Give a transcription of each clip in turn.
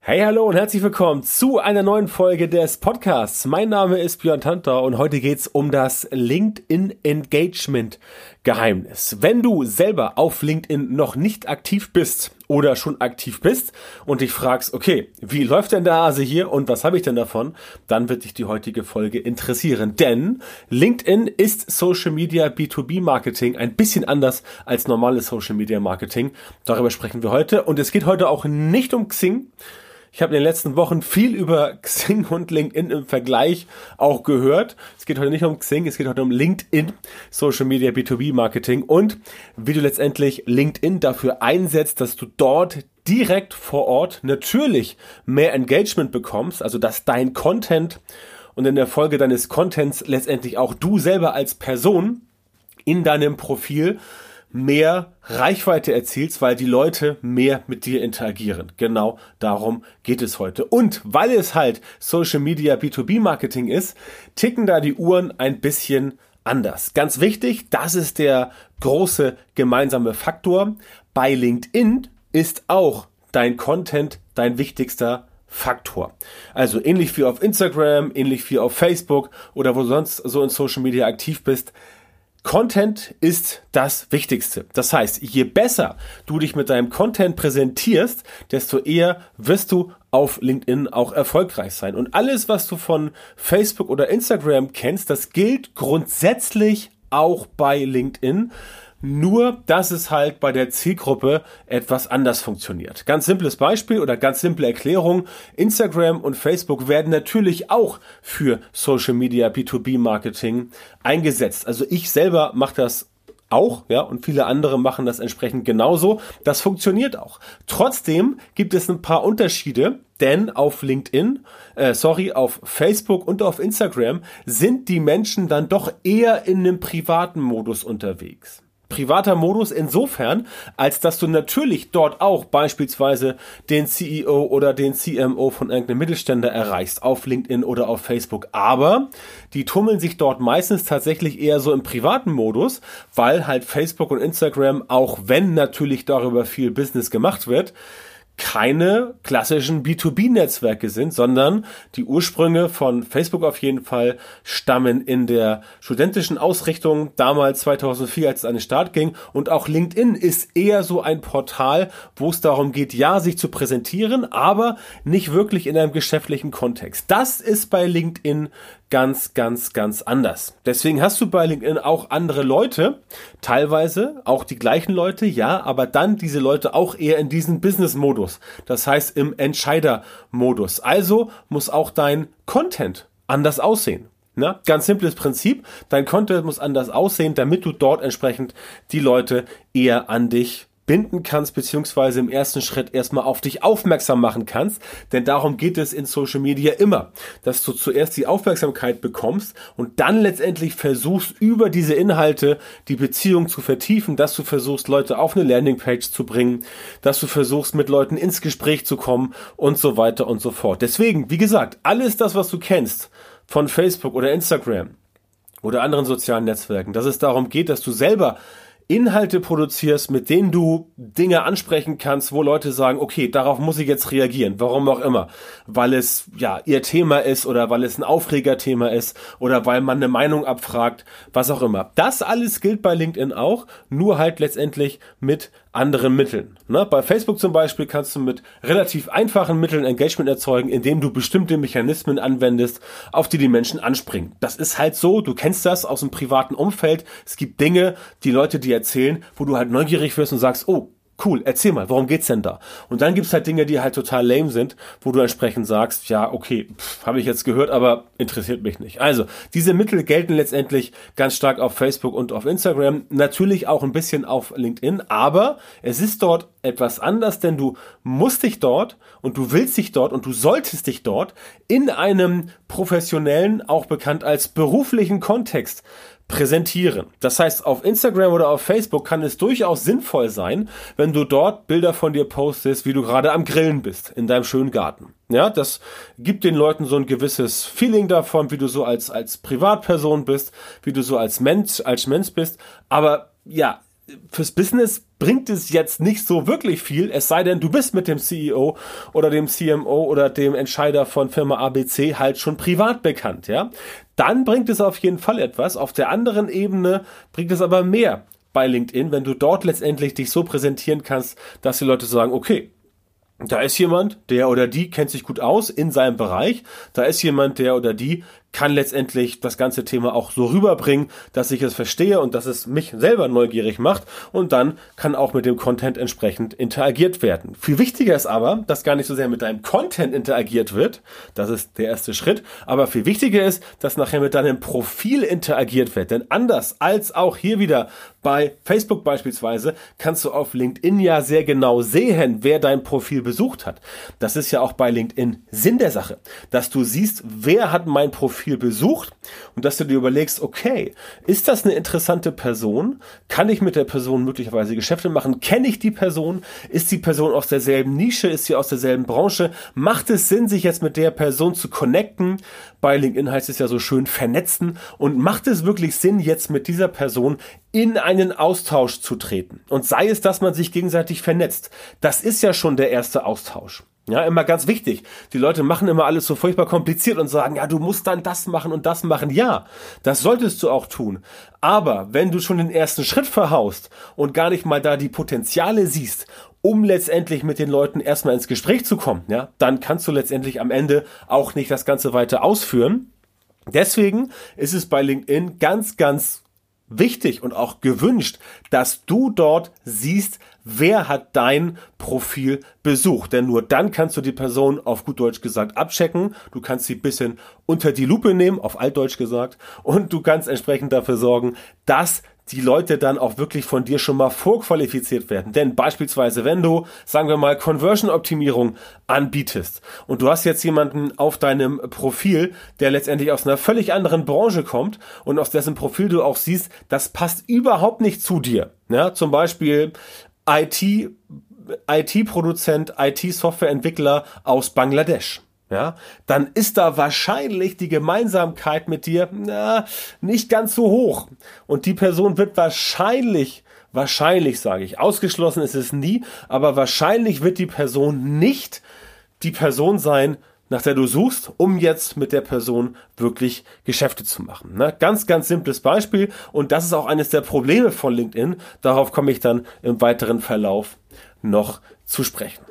Hey, hallo und herzlich willkommen zu einer neuen Folge des Podcasts. Mein Name ist Björn Tanter und heute geht's um das LinkedIn Engagement Geheimnis. Wenn du selber auf LinkedIn noch nicht aktiv bist oder schon aktiv bist und dich fragst, okay, wie läuft denn der Hase hier und was habe ich denn davon, dann wird dich die heutige Folge interessieren. Denn LinkedIn ist Social Media B2B Marketing ein bisschen anders als normales Social Media Marketing. Darüber sprechen wir heute und es geht heute auch nicht um Xing. Ich habe in den letzten Wochen viel über Xing und LinkedIn im Vergleich auch gehört. Es geht heute nicht um Xing, es geht heute um LinkedIn, Social Media B2B Marketing und wie du letztendlich LinkedIn dafür einsetzt, dass du dort direkt vor Ort natürlich mehr Engagement bekommst, also dass dein Content und in der Folge deines Contents letztendlich auch du selber als Person in deinem Profil mehr Reichweite erzielst, weil die Leute mehr mit dir interagieren. Genau darum geht es heute. Und weil es halt Social Media B2B Marketing ist, ticken da die Uhren ein bisschen anders. Ganz wichtig, das ist der große gemeinsame Faktor. Bei LinkedIn ist auch dein Content dein wichtigster Faktor. Also ähnlich wie auf Instagram, ähnlich wie auf Facebook oder wo du sonst so in Social Media aktiv bist, Content ist das Wichtigste. Das heißt, je besser du dich mit deinem Content präsentierst, desto eher wirst du auf LinkedIn auch erfolgreich sein. Und alles, was du von Facebook oder Instagram kennst, das gilt grundsätzlich auch bei LinkedIn. Nur, dass es halt bei der Zielgruppe etwas anders funktioniert. Ganz simples Beispiel oder ganz simple Erklärung. Instagram und Facebook werden natürlich auch für Social Media B2B Marketing eingesetzt. Also ich selber mache das auch, ja, und viele andere machen das entsprechend genauso. Das funktioniert auch. Trotzdem gibt es ein paar Unterschiede, denn auf auf Facebook und auf Instagram sind die Menschen dann doch eher in einem privaten Modus unterwegs. Privater Modus insofern, als dass du natürlich dort auch beispielsweise den CEO oder den CMO von irgendeinem Mittelständler erreichst, auf LinkedIn oder auf Facebook. Aber die tummeln sich dort meistens tatsächlich eher so im privaten Modus, weil halt Facebook und Instagram, auch wenn natürlich darüber viel Business gemacht wird, keine klassischen B2B-Netzwerke sind, sondern die Ursprünge von Facebook auf jeden Fall stammen in der studentischen Ausrichtung, damals 2004, als es an den Start ging. Und auch LinkedIn ist eher so ein Portal, wo es darum geht, ja, sich zu präsentieren, aber nicht wirklich in einem geschäftlichen Kontext. Das ist bei LinkedIn ganz anders. Deswegen hast du bei LinkedIn auch andere Leute, teilweise auch die gleichen Leute, ja, aber dann diese Leute auch eher in diesem Business-Modus, das heißt im Entscheider-Modus. Also muss auch dein Content anders aussehen. Na, ganz simples Prinzip, dein Content muss anders aussehen, damit du dort entsprechend die Leute eher an dich binden kannst, beziehungsweise im ersten Schritt erstmal auf dich aufmerksam machen kannst, denn darum geht es in Social Media immer, dass du zuerst die Aufmerksamkeit bekommst und dann letztendlich versuchst, über diese Inhalte die Beziehung zu vertiefen, dass du versuchst, Leute auf eine Landingpage zu bringen, dass du versuchst, mit Leuten ins Gespräch zu kommen und so weiter und so fort. Deswegen, wie gesagt, alles das, was du kennst von Facebook oder Instagram oder anderen sozialen Netzwerken, dass es darum geht, dass du selber Inhalte produzierst, mit denen du Dinge ansprechen kannst, wo Leute sagen, okay, darauf muss ich jetzt reagieren, warum auch immer, weil es ja ihr Thema ist oder weil es ein Aufregerthema ist oder weil man eine Meinung abfragt, was auch immer. Das alles gilt bei LinkedIn auch, nur halt letztendlich mit anderen Mitteln. Ne? Bei Facebook zum Beispiel kannst du mit relativ einfachen Mitteln Engagement erzeugen, indem du bestimmte Mechanismen anwendest, auf die Menschen anspringen. Das ist halt so, du kennst das aus dem privaten Umfeld. Es gibt Dinge, die Leute dir erzählen, wo du halt neugierig wirst und sagst, oh, cool, erzähl mal, worum geht's denn da? Und dann gibt's halt Dinge, die halt total lame sind, wo du entsprechend sagst, ja, okay, habe ich jetzt gehört, aber interessiert mich nicht. Also, diese Mittel gelten letztendlich ganz stark auf Facebook und auf Instagram, natürlich auch ein bisschen auf LinkedIn, aber es ist dort etwas anders, denn du musst dich dort und du willst dich dort und du solltest dich dort in einem professionellen, auch bekannt als beruflichen Kontext präsentieren. Das heißt, auf Instagram oder auf Facebook kann es durchaus sinnvoll sein, wenn du dort Bilder von dir postest, wie du gerade am Grillen bist, in deinem schönen Garten. Ja, das gibt den Leuten so ein gewisses Feeling davon, wie du so als Privatperson bist, wie du so als Mensch bist. Aber ja, fürs Business bringt es jetzt nicht so wirklich viel, es sei denn, du bist mit dem CEO oder dem CMO oder dem Entscheider von Firma ABC halt schon privat bekannt, ja. Dann bringt es auf jeden Fall etwas. Auf der anderen Ebene bringt es aber mehr bei LinkedIn, wenn du dort letztendlich dich so präsentieren kannst, dass die Leute sagen, okay, da ist jemand, der oder die kennt sich gut aus in seinem Bereich. Da ist jemand, der oder die kann letztendlich das ganze Thema auch so rüberbringen, dass ich es verstehe und dass es mich selber neugierig macht. Und dann kann auch mit dem Content entsprechend interagiert werden. Viel wichtiger ist aber, dass gar nicht so sehr mit deinem Content interagiert wird. Das ist der erste Schritt. Aber viel wichtiger ist, dass nachher mit deinem Profil interagiert wird. Denn anders als auch hier wieder bei Facebook beispielsweise, kannst du auf LinkedIn ja sehr genau sehen, wer dein Profil besucht hat. Das ist ja auch bei LinkedIn Sinn der Sache, dass du siehst, wer hat mein Profil besucht und dass du dir überlegst, okay, ist das eine interessante Person? Kann ich mit der Person möglicherweise Geschäfte machen? Kenne ich die Person? Ist die Person aus derselben Nische? Ist sie aus derselben Branche? Macht es Sinn, sich jetzt mit der Person zu connecten? Bei LinkedIn heißt es ja so schön vernetzen. Und macht es wirklich Sinn, jetzt mit dieser Person in einen Austausch zu treten? Und sei es, dass man sich gegenseitig vernetzt. Das ist ja schon der erste Austausch. Ja, immer ganz wichtig. Die Leute machen immer alles so furchtbar kompliziert und sagen, ja, du musst dann das machen und das machen. Ja, das solltest du auch tun. Aber wenn du schon den ersten Schritt verhaust und gar nicht mal da die Potenziale siehst, um letztendlich mit den Leuten erstmal ins Gespräch zu kommen, ja, dann kannst du letztendlich am Ende auch nicht das Ganze weiter ausführen. Deswegen ist es bei LinkedIn ganz, ganz wichtig und auch gewünscht, dass du dort siehst, wer hat dein Profil besucht. Denn nur dann kannst du die Person auf gut Deutsch gesagt abchecken. Du kannst sie ein bisschen unter die Lupe nehmen, auf altdeutsch gesagt. Und du kannst entsprechend dafür sorgen, dass die Leute dann auch wirklich von dir schon mal vorqualifiziert werden. Denn beispielsweise, wenn du, sagen wir mal, Conversion-Optimierung anbietest und du hast jetzt jemanden auf deinem Profil, der letztendlich aus einer völlig anderen Branche kommt und aus dessen Profil du auch siehst, das passt überhaupt nicht zu dir. Ja, zum Beispiel IT-Produzent, IT-Softwareentwickler aus Bangladesch. Ja, dann ist da wahrscheinlich die Gemeinsamkeit mit dir nicht ganz so hoch. Und die Person wird wahrscheinlich sage ich, ausgeschlossen ist es nie, aber wahrscheinlich wird die Person nicht die Person sein, nach der du suchst, um jetzt mit der Person wirklich Geschäfte zu machen. Ne? Ganz, ganz simples Beispiel und das ist auch eines der Probleme von LinkedIn. Darauf komme ich dann im weiteren Verlauf noch zu sprechen.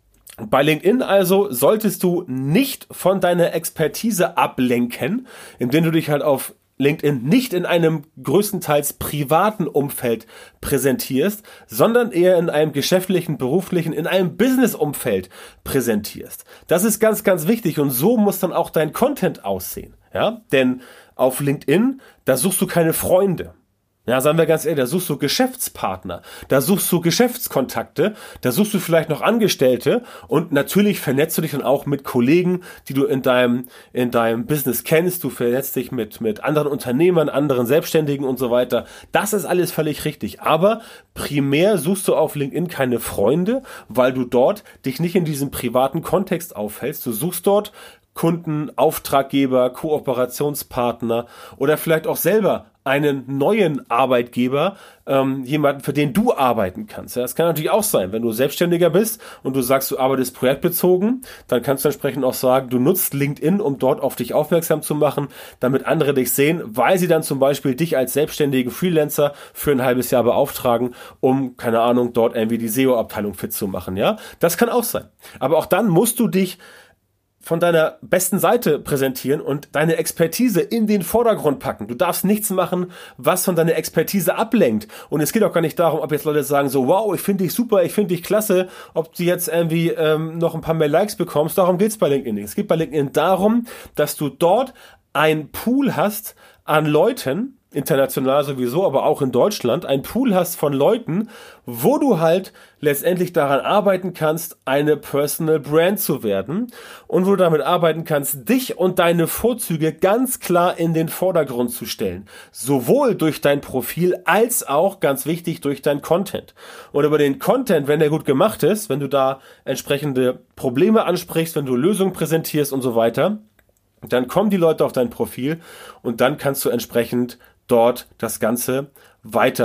Bei LinkedIn also solltest du nicht von deiner Expertise ablenken, indem du dich halt auf LinkedIn nicht in einem größtenteils privaten Umfeld präsentierst, sondern eher in einem geschäftlichen, beruflichen, in einem Business-Umfeld präsentierst. Das ist ganz, ganz wichtig und so muss dann auch dein Content aussehen. Ja? Denn auf LinkedIn, da suchst du keine Freunde. Ja, sagen wir ganz ehrlich, da suchst du Geschäftspartner, da suchst du Geschäftskontakte, da suchst du vielleicht noch Angestellte und natürlich vernetzt du dich dann auch mit Kollegen, die du in deinem Business kennst, du vernetzt dich mit anderen Unternehmern, anderen Selbstständigen und so weiter. Das ist alles völlig richtig, aber primär suchst du auf LinkedIn keine Freunde, weil du dort dich nicht in diesem privaten Kontext aufhältst. Du suchst dort Kunden, Auftraggeber, Kooperationspartner oder vielleicht auch selber einen neuen Arbeitgeber, jemanden, für den du arbeiten kannst. Ja, das kann natürlich auch sein, wenn du Selbstständiger bist und du sagst, du arbeitest projektbezogen, dann kannst du entsprechend auch sagen, du nutzt LinkedIn, um dort auf dich aufmerksam zu machen, damit andere dich sehen, weil sie dann zum Beispiel dich als selbstständigen Freelancer für ein halbes Jahr beauftragen, um, keine Ahnung, dort irgendwie die SEO-Abteilung fit zu machen. Ja, das kann auch sein. Aber auch dann musst du dich von deiner besten Seite präsentieren und deine Expertise in den Vordergrund packen. Du darfst nichts machen, was von deiner Expertise ablenkt. Und es geht auch gar nicht darum, ob jetzt Leute sagen so, wow, ich finde dich super, ich finde dich klasse, ob du jetzt irgendwie noch ein paar mehr Likes bekommst. Darum geht's bei LinkedIn. Es geht bei LinkedIn darum, dass du dort einen Pool hast an Leuten, international sowieso, aber auch in Deutschland, ein Pool hast von Leuten, wo du halt letztendlich daran arbeiten kannst, eine Personal Brand zu werden und wo du damit arbeiten kannst, dich und deine Vorzüge ganz klar in den Vordergrund zu stellen. Sowohl durch dein Profil als auch, ganz wichtig, durch dein Content. Und über den Content, wenn der gut gemacht ist, wenn du da entsprechende Probleme ansprichst, wenn du Lösungen präsentierst und so weiter, dann kommen die Leute auf dein Profil und dann kannst du entsprechend dort das Ganze weiter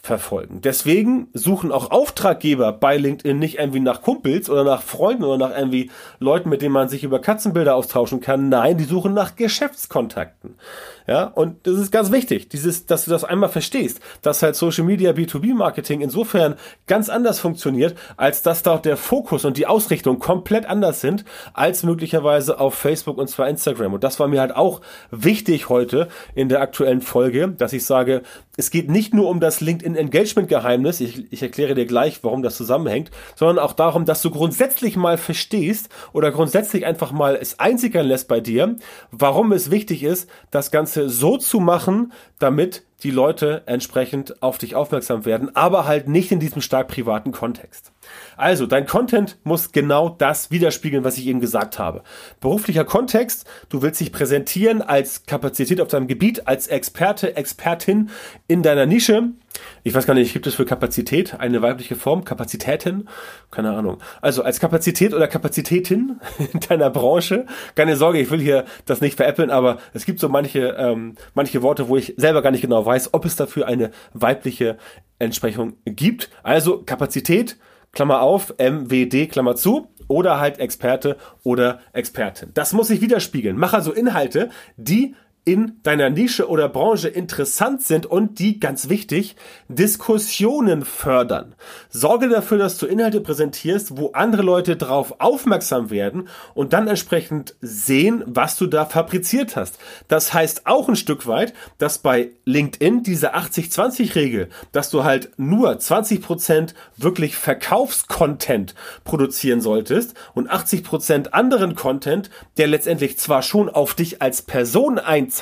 verfolgen. Deswegen suchen auch Auftraggeber bei LinkedIn nicht irgendwie nach Kumpels oder nach Freunden oder nach irgendwie Leuten, mit denen man sich über Katzenbilder austauschen kann. Nein, die suchen nach Geschäftskontakten. Ja, und das ist ganz wichtig, dass du das einmal verstehst, dass halt Social Media B2B-Marketing insofern ganz anders funktioniert, als dass dort der Fokus und die Ausrichtung komplett anders sind, als möglicherweise auf Facebook und zwar Instagram. Und das war mir halt auch wichtig heute in der aktuellen Folge, dass ich sage, es geht nicht nur um das LinkedIn-Engagement-Geheimnis, ich erkläre dir gleich, warum das zusammenhängt, sondern auch darum, dass du grundsätzlich mal verstehst oder grundsätzlich einfach mal es einsickern lässt bei dir, warum es wichtig ist, das Ganze so zu machen, damit die Leute entsprechend auf dich aufmerksam werden, aber halt nicht in diesem stark privaten Kontext. Also, dein Content muss genau das widerspiegeln, was ich eben gesagt habe. Beruflicher Kontext, du willst dich präsentieren als Kapazität auf deinem Gebiet, als Experte, Expertin in deiner Nische. Ich weiß gar nicht, gibt es für Kapazität eine weibliche Form? Kapazitätin? Keine Ahnung. Also als Kapazität oder Kapazitätin in deiner Branche. Keine Sorge, ich will hier das nicht veräppeln, aber es gibt so manche Worte, wo ich selber gar nicht genau weiß, ob es dafür eine weibliche Entsprechung gibt. Also Kapazität, Klammer auf, MWD, Klammer zu, oder halt Experte oder Expertin. Das muss sich widerspiegeln. Mach also Inhalte, die in deiner Nische oder Branche interessant sind und die, ganz wichtig, Diskussionen fördern. Sorge dafür, dass du Inhalte präsentierst, wo andere Leute drauf aufmerksam werden und dann entsprechend sehen, was du da fabriziert hast. Das heißt auch ein Stück weit, dass bei LinkedIn diese 80-20-Regel, dass du halt nur 20% wirklich Verkaufscontent produzieren solltest und 80% anderen Content, der letztendlich zwar schon auf dich als Person einzahlt,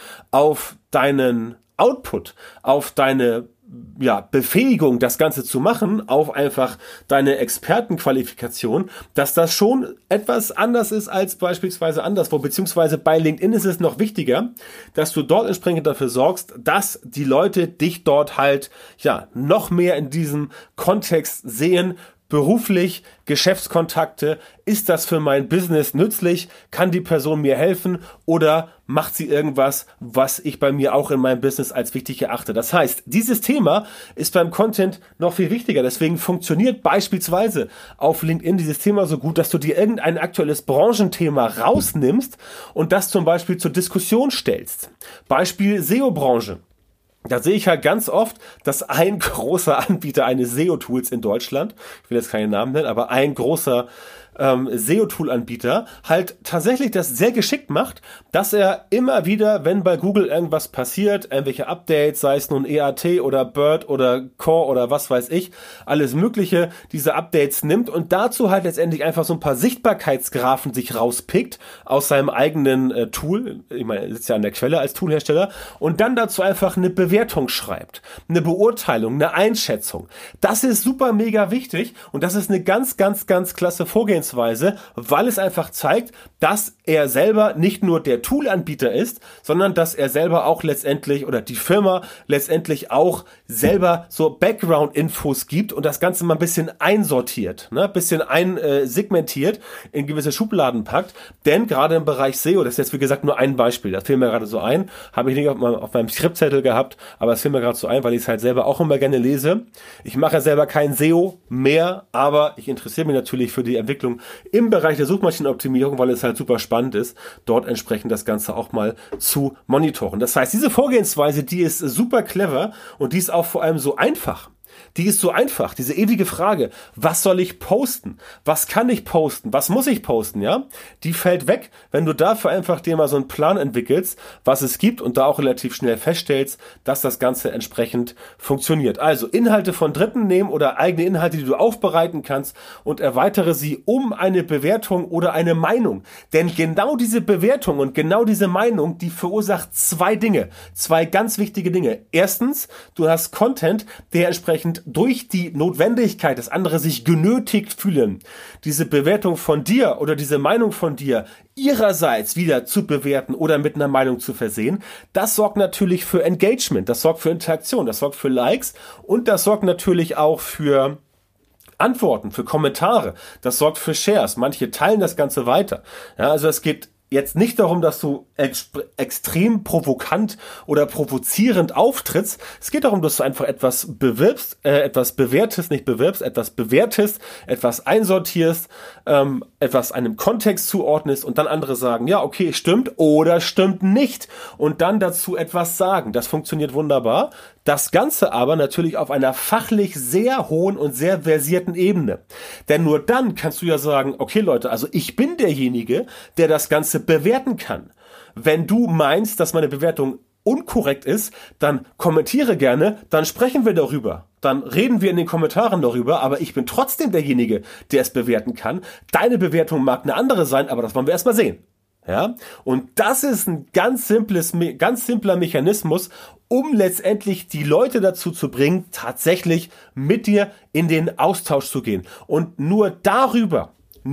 auf deinen Output, auf deine Befähigung, das Ganze zu machen, auf einfach deine Expertenqualifikation, dass das schon etwas anders ist als beispielsweise anderswo, beziehungsweise bei LinkedIn ist es noch wichtiger, dass du dort entsprechend dafür sorgst, dass die Leute dich dort halt noch mehr in diesem Kontext sehen, beruflich, Geschäftskontakte, ist das für mein Business nützlich? Kann die Person mir helfen oder macht sie irgendwas, was ich bei mir auch in meinem Business als wichtig erachte? Das heißt, dieses Thema ist beim Content noch viel wichtiger. Deswegen funktioniert beispielsweise auf LinkedIn dieses Thema so gut, dass du dir irgendein aktuelles Branchenthema rausnimmst und das zum Beispiel zur Diskussion stellst. Beispiel SEO-Branche. Da sehe ich halt ganz oft, dass ein großer Anbieter eines SEO-Tools in Deutschland, ich will jetzt keinen Namen nennen, aber ein großer SEO-Tool-Anbieter halt tatsächlich das sehr geschickt macht, dass er immer wieder, wenn bei Google irgendwas passiert, irgendwelche Updates, sei es nun EAT oder BERT oder Core oder was weiß ich, alles mögliche, diese Updates nimmt und dazu halt letztendlich einfach so ein paar Sichtbarkeitsgraphen sich rauspickt aus seinem eigenen Tool, ich meine, er sitzt ja an der Quelle als Toolhersteller, und dann dazu einfach eine Bewertung schreibt, eine Beurteilung, eine Einschätzung. Das ist super mega wichtig und das ist eine ganz, ganz, ganz klasse Vorgehensweise, weil es einfach zeigt, dass er selber nicht nur der Toolanbieter ist, sondern dass er selber auch letztendlich oder die Firma letztendlich auch selber so Background-Infos gibt und das Ganze mal ein bisschen einsortiert, ein bisschen einsegmentiert, in gewisse Schubladen packt, denn gerade im Bereich SEO, das ist jetzt wie gesagt nur ein Beispiel, das fiel mir gerade so ein, habe ich nicht auf meinem Skriptzettel gehabt, aber es fiel mir gerade so ein, weil ich es halt selber auch immer gerne lese. Ich mache ja selber kein SEO mehr, aber ich interessiere mich natürlich für die Entwicklung im Bereich der Suchmaschinenoptimierung, weil es halt super spannend ist, dort entsprechend das Ganze auch mal zu monitoren. Das heißt, diese Vorgehensweise, die ist super clever und die ist auch vor allem so einfach. Die ist so einfach, diese ewige Frage, was soll ich posten? Was kann ich posten? Was muss ich posten, ja? Die fällt weg, wenn du dafür einfach dir mal so einen Plan entwickelst, was es gibt und da auch relativ schnell feststellst, dass das Ganze entsprechend funktioniert. Also Inhalte von Dritten nehmen oder eigene Inhalte, die du aufbereiten kannst und erweitere sie um eine Bewertung oder eine Meinung. Denn genau diese Bewertung und genau diese Meinung, die verursacht zwei Dinge, zwei ganz wichtige Dinge. Erstens, du hast Content, der entsprechend durch die Notwendigkeit, dass andere sich genötigt fühlen, diese Bewertung von dir oder diese Meinung von dir ihrerseits wieder zu bewerten oder mit einer Meinung zu versehen, das sorgt natürlich für Engagement, das sorgt für Interaktion, das sorgt für Likes und das sorgt natürlich auch für Antworten, für Kommentare, das sorgt für Shares. Manche teilen das Ganze weiter. Ja, also es geht jetzt nicht darum, dass du extrem provokant oder provozierend auftrittst. Es geht darum, dass du einfach etwas bewirbst, etwas bewertest, etwas einsortierst, etwas einem Kontext zuordnest und dann andere sagen, ja, okay, stimmt oder stimmt nicht und dann dazu etwas sagen. Das funktioniert wunderbar. Das Ganze aber natürlich auf einer fachlich sehr hohen und sehr versierten Ebene. Denn nur dann kannst du ja sagen, okay Leute, also ich bin derjenige, der das Ganze bewerten kann. Wenn du meinst, dass meine Bewertung unkorrekt ist, dann kommentiere gerne, dann sprechen wir darüber. Dann reden wir in den Kommentaren darüber, aber ich bin trotzdem derjenige, der es bewerten kann. Deine Bewertung mag eine andere sein, aber das wollen wir erstmal sehen. Ja? Und das ist ein ganz simpler Mechanismus, um letztendlich die Leute dazu zu bringen, tatsächlich mit dir in den Austausch zu gehen. Und nur darüber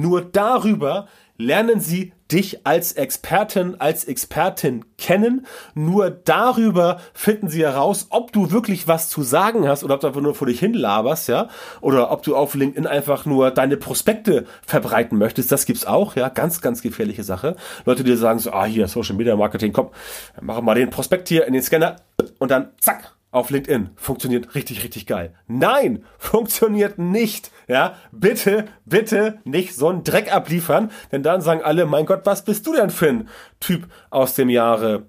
lernen sie dich als Expertin kennen. Nur darüber finden sie heraus, ob du wirklich was zu sagen hast oder ob du einfach nur vor dich hin laberst, ja, oder ob du auf LinkedIn einfach nur deine Prospekte verbreiten möchtest. Das gibt's auch, ja, ganz, ganz gefährliche Sache. Leute, die sagen so, hier, Social Media Marketing, komm, machen wir mal den Prospekt hier in den Scanner und dann zack, auf LinkedIn. Funktioniert richtig, richtig geil. Nein, funktioniert nicht. Ja, bitte nicht so einen Dreck abliefern, denn dann sagen alle, mein Gott, was bist du denn für ein Typ aus dem Jahre,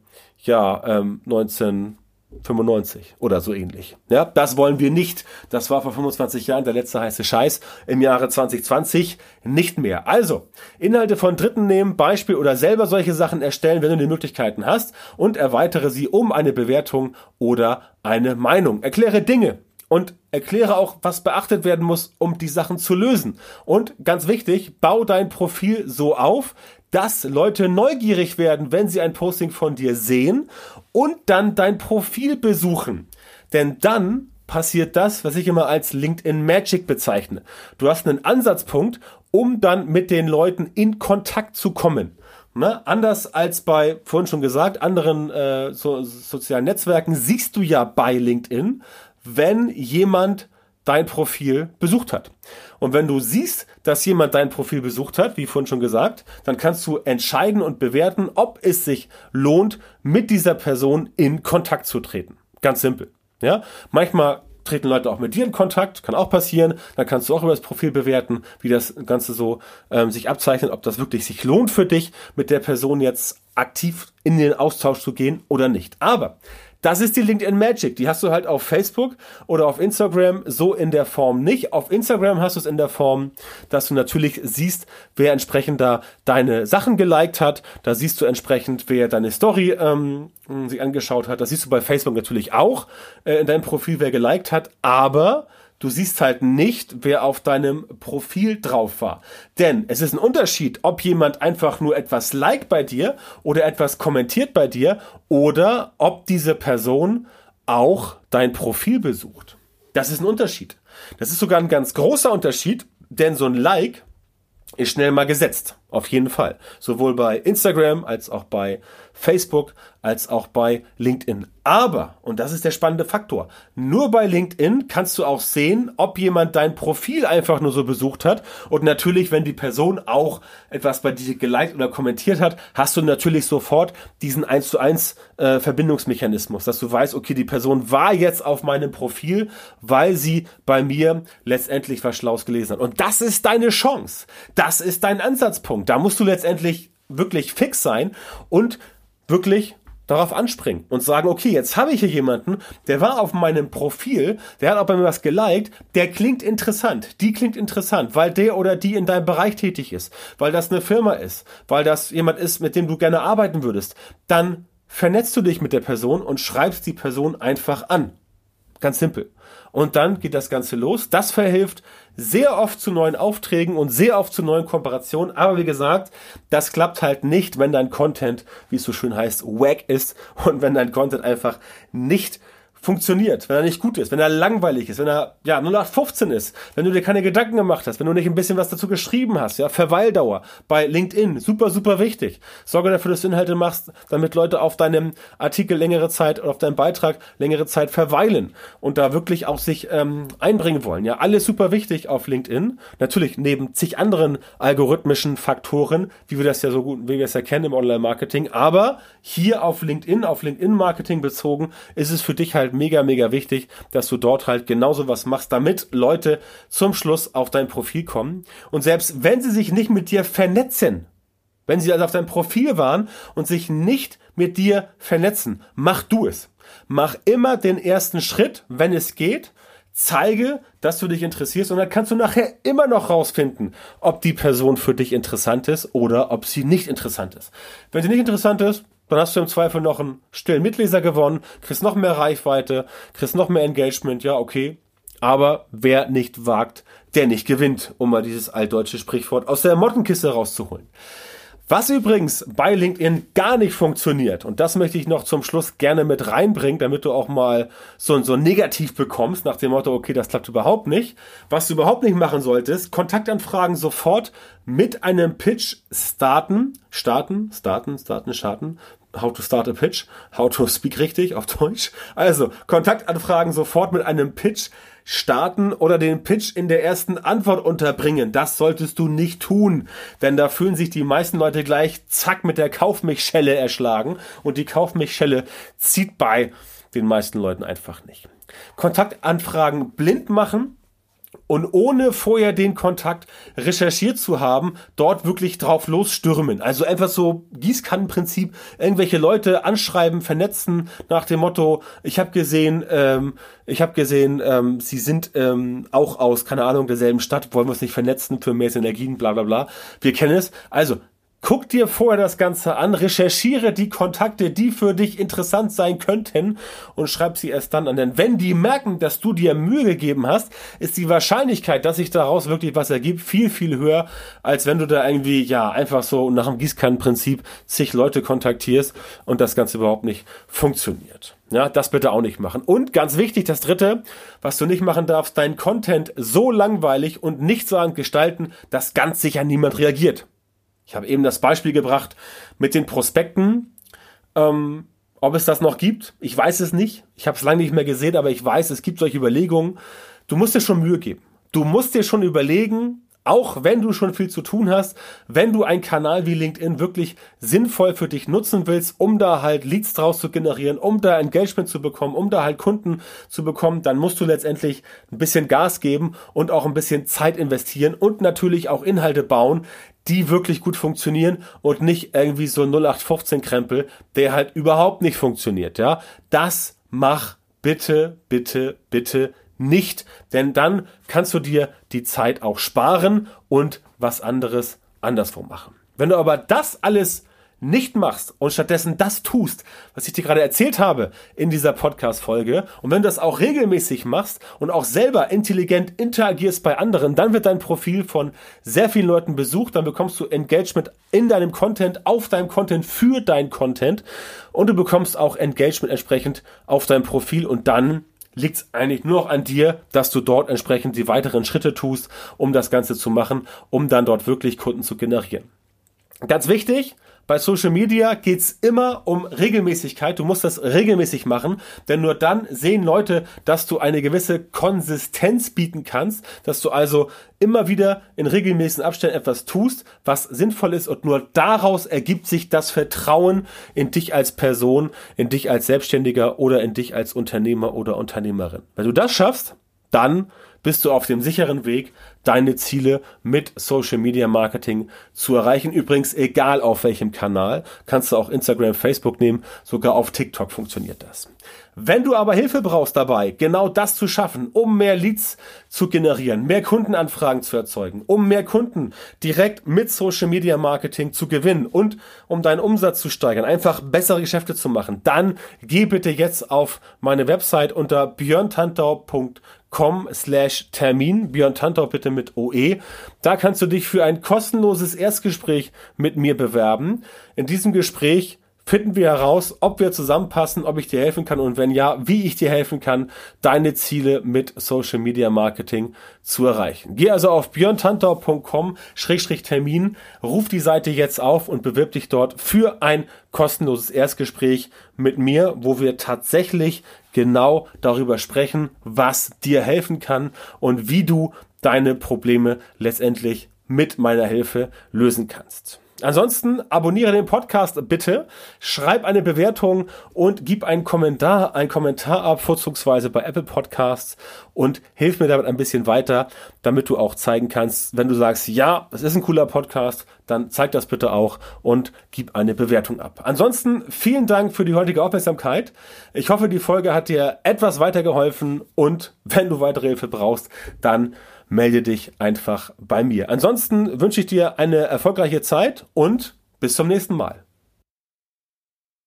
1995 oder so ähnlich. Ja, das wollen wir nicht. Das war vor 25 Jahren der letzte heiße Scheiß. Im Jahre 2020 nicht mehr. Also, Inhalte von Dritten nehmen, Beispiel oder selber solche Sachen erstellen, wenn du die Möglichkeiten hast und erweitere sie um eine Bewertung oder eine Meinung. Erkläre Dinge und erkläre auch, was beachtet werden muss, um die Sachen zu lösen. Und ganz wichtig, bau dein Profil so auf, dass Leute neugierig werden, wenn sie ein Posting von dir sehen und dann dein Profil besuchen. Denn dann passiert das, was ich immer als LinkedIn Magic bezeichne. Du hast einen Ansatzpunkt, um dann mit den Leuten in Kontakt zu kommen. Anders als bei, vorhin schon gesagt, anderen sozialen Netzwerken siehst du ja bei LinkedIn, wenn jemand dein Profil besucht hat. Und wenn du siehst, dass jemand dein Profil besucht hat, wie vorhin schon gesagt, dann kannst du entscheiden und bewerten, ob es sich lohnt, mit dieser Person in Kontakt zu treten. Ganz simpel. Ja? Manchmal treten Leute auch mit dir in Kontakt, kann auch passieren. Dann kannst du auch über das Profil bewerten, wie das Ganze so sich abzeichnet, ob das wirklich sich lohnt für dich, mit der Person jetzt aktiv in den Austausch zu gehen oder nicht. Aber das ist die LinkedIn Magic. Die hast du halt auf Facebook oder auf Instagram so in der Form nicht. Auf Instagram hast du es in der Form, dass du natürlich siehst, wer entsprechend da deine Sachen geliked hat. Da siehst du entsprechend, wer deine Story sich angeschaut hat. Das siehst du bei Facebook natürlich auch in deinem Profil, wer geliked hat. Aber du siehst halt nicht, wer auf deinem Profil drauf war. Denn es ist ein Unterschied, ob jemand einfach nur etwas liked bei dir oder etwas kommentiert bei dir oder ob diese Person auch dein Profil besucht. Das ist ein Unterschied. Das ist sogar ein ganz großer Unterschied, denn so ein Like ist schnell mal gesetzt. Auf jeden Fall. Sowohl bei Instagram als auch bei Facebook als auch bei LinkedIn. Aber, und das ist der spannende Faktor, nur bei LinkedIn kannst du auch sehen, ob jemand dein Profil einfach nur so besucht hat. Und natürlich, wenn die Person auch etwas bei dir geliked oder kommentiert hat, hast du natürlich sofort diesen 1:1 Verbindungsmechanismus, dass du weißt, okay, die Person war jetzt auf meinem Profil, weil sie bei mir letztendlich was Schlaues gelesen hat. Und das ist deine Chance. Das ist dein Ansatzpunkt. Da musst du letztendlich wirklich fix sein und wirklich darauf anspringen und sagen, okay, jetzt habe ich hier jemanden, der war auf meinem Profil, der hat auch bei mir was geliked, der klingt interessant, die klingt interessant, weil der oder die in deinem Bereich tätig ist, weil das eine Firma ist, weil das jemand ist, mit dem du gerne arbeiten würdest, dann vernetzt du dich mit der Person und schreibst die Person einfach an. Ganz simpel. Und dann geht das Ganze los. Das verhilft sehr oft zu neuen Aufträgen und sehr oft zu neuen Kooperationen. Aber wie gesagt, das klappt halt nicht, wenn dein Content, wie es so schön heißt, wack ist und wenn dein Content einfach nicht funktioniert, wenn er nicht gut ist, wenn er langweilig ist, wenn er 0815 ist, wenn du dir keine Gedanken gemacht hast, wenn du nicht ein bisschen was dazu geschrieben hast, ja, Verweildauer bei LinkedIn, super, super wichtig. Sorge dafür, dass du Inhalte machst, damit Leute auf deinem Artikel längere Zeit oder auf deinem Beitrag längere Zeit verweilen und da wirklich auch sich einbringen wollen. Ja, alles super wichtig auf LinkedIn. Natürlich neben zig anderen algorithmischen Faktoren, wie wir das ja so gut, wie wir es ja kennen im Online-Marketing, aber hier auf LinkedIn-Marketing bezogen, ist es für dich halt mega, mega wichtig, dass du dort halt genauso was machst, damit Leute zum Schluss auf dein Profil kommen. Und selbst wenn sie sich nicht mit dir vernetzen, wenn sie also auf deinem Profil waren und sich nicht mit dir vernetzen, mach du es. Mach immer den ersten Schritt, wenn es geht. Zeige, dass du dich interessierst und dann kannst du nachher immer noch rausfinden, ob die Person für dich interessant ist oder ob sie nicht interessant ist. Wenn sie nicht interessant ist, dann hast du im Zweifel noch einen stillen Mitleser gewonnen, kriegst noch mehr Reichweite, kriegst noch mehr Engagement, ja, okay. Aber wer nicht wagt, der nicht gewinnt, um mal dieses altdeutsche Sprichwort aus der Mottenkiste rauszuholen. Was übrigens bei LinkedIn gar nicht funktioniert, und das möchte ich noch zum Schluss gerne mit reinbringen, damit du auch mal so negativ bekommst, nach dem Motto, okay, das klappt überhaupt nicht. Was du überhaupt nicht machen solltest, Kontaktanfragen sofort mit einem Pitch starten. How to start a pitch, how to speak richtig auf Deutsch. Also, Kontaktanfragen sofort mit einem Pitch starten oder den Pitch in der ersten Antwort unterbringen. Das solltest du nicht tun, denn da fühlen sich die meisten Leute gleich zack mit der Kauf-mich-Schelle erschlagen und die Kauf-mich-Schelle zieht bei den meisten Leuten einfach nicht. Kontaktanfragen blind machen und ohne vorher den Kontakt recherchiert zu haben, dort wirklich drauf losstürmen. Also einfach so Gießkannenprinzip, irgendwelche Leute anschreiben, vernetzen nach dem Motto, ich habe gesehen, sie sind auch aus, keine Ahnung, derselben Stadt, wollen wir uns nicht vernetzen für mehr Synergien, bla bla bla. Wir kennen es. Also, guck dir vorher das Ganze an, recherchiere die Kontakte, die für dich interessant sein könnten und schreib sie erst dann an. Denn wenn die merken, dass du dir Mühe gegeben hast, ist die Wahrscheinlichkeit, dass sich daraus wirklich was ergibt, viel, viel höher, als wenn du da irgendwie, einfach so nach dem Gießkannenprinzip zig Leute kontaktierst und das Ganze überhaupt nicht funktioniert. Ja, das bitte auch nicht machen. Und ganz wichtig, das Dritte, was du nicht machen darfst, dein Content so langweilig und nichtssagend gestalten, dass ganz sicher niemand reagiert. Ich habe eben das Beispiel gebracht mit den Prospekten. Ob es das noch gibt, ich weiß es nicht. Ich habe es lange nicht mehr gesehen, aber ich weiß, es gibt solche Überlegungen. Du musst dir schon Mühe geben. Du musst dir schon überlegen, auch wenn du schon viel zu tun hast, wenn du einen Kanal wie LinkedIn wirklich sinnvoll für dich nutzen willst, um da halt Leads draus zu generieren, um da Engagement zu bekommen, um da halt Kunden zu bekommen, dann musst du letztendlich ein bisschen Gas geben und auch ein bisschen Zeit investieren und natürlich auch Inhalte bauen, die wirklich gut funktionieren und nicht irgendwie so 0815-Krempel, der halt überhaupt nicht funktioniert, ja. Das mach bitte, bitte, bitte nicht, denn dann kannst du dir die Zeit auch sparen und was anderes anderswo machen. Wenn du aber das alles nicht machst und stattdessen das tust, was ich dir gerade erzählt habe in dieser Podcast-Folge, und wenn du das auch regelmäßig machst und auch selber intelligent interagierst bei anderen, dann wird dein Profil von sehr vielen Leuten besucht, dann bekommst du Engagement in deinem Content, auf deinem Content, für dein Content und du bekommst auch Engagement entsprechend auf deinem Profil und dann liegt es eigentlich nur noch an dir, dass du dort entsprechend die weiteren Schritte tust, um das Ganze zu machen, um dann dort wirklich Kunden zu generieren. Ganz wichtig, bei Social Media geht's immer um Regelmäßigkeit. Du musst das regelmäßig machen, denn nur dann sehen Leute, dass du eine gewisse Konsistenz bieten kannst, dass du also immer wieder in regelmäßigen Abständen etwas tust, was sinnvoll ist und nur daraus ergibt sich das Vertrauen in dich als Person, in dich als Selbstständiger oder in dich als Unternehmer oder Unternehmerin. Wenn du das schaffst, dann bist du auf dem sicheren Weg, deine Ziele mit Social Media Marketing zu erreichen. Übrigens, egal auf welchem Kanal, kannst du auch Instagram, Facebook nehmen, sogar auf TikTok funktioniert das. Wenn du aber Hilfe brauchst dabei, genau das zu schaffen, um mehr Leads zu generieren, mehr Kundenanfragen zu erzeugen, um mehr Kunden direkt mit Social Media Marketing zu gewinnen und um deinen Umsatz zu steigern, einfach bessere Geschäfte zu machen, dann geh bitte jetzt auf meine Website unter björntantau.com/Termin, Björn Tantau bitte mit OE. Da kannst du dich für ein kostenloses Erstgespräch mit mir bewerben. In diesem Gespräch finden wir heraus, ob wir zusammenpassen, ob ich dir helfen kann und wenn ja, wie ich dir helfen kann, deine Ziele mit Social Media Marketing zu erreichen. Geh also auf björntantau.com/Termin, ruf die Seite jetzt auf und bewirb dich dort für ein kostenloses Erstgespräch mit mir, wo wir tatsächlich genau darüber sprechen, was dir helfen kann und wie du deine Probleme letztendlich mit meiner Hilfe lösen kannst. Ansonsten abonniere den Podcast bitte, schreib eine Bewertung und gib einen Kommentar ab, vorzugsweise bei Apple Podcasts und hilf mir damit ein bisschen weiter, damit du auch zeigen kannst, wenn du sagst, ja, das ist ein cooler Podcast, dann zeig das bitte auch und gib eine Bewertung ab. Ansonsten vielen Dank für die heutige Aufmerksamkeit. Ich hoffe, die Folge hat dir etwas weitergeholfen und wenn du weitere Hilfe brauchst, dann melde dich einfach bei mir. Ansonsten wünsche ich dir eine erfolgreiche Zeit und bis zum nächsten Mal.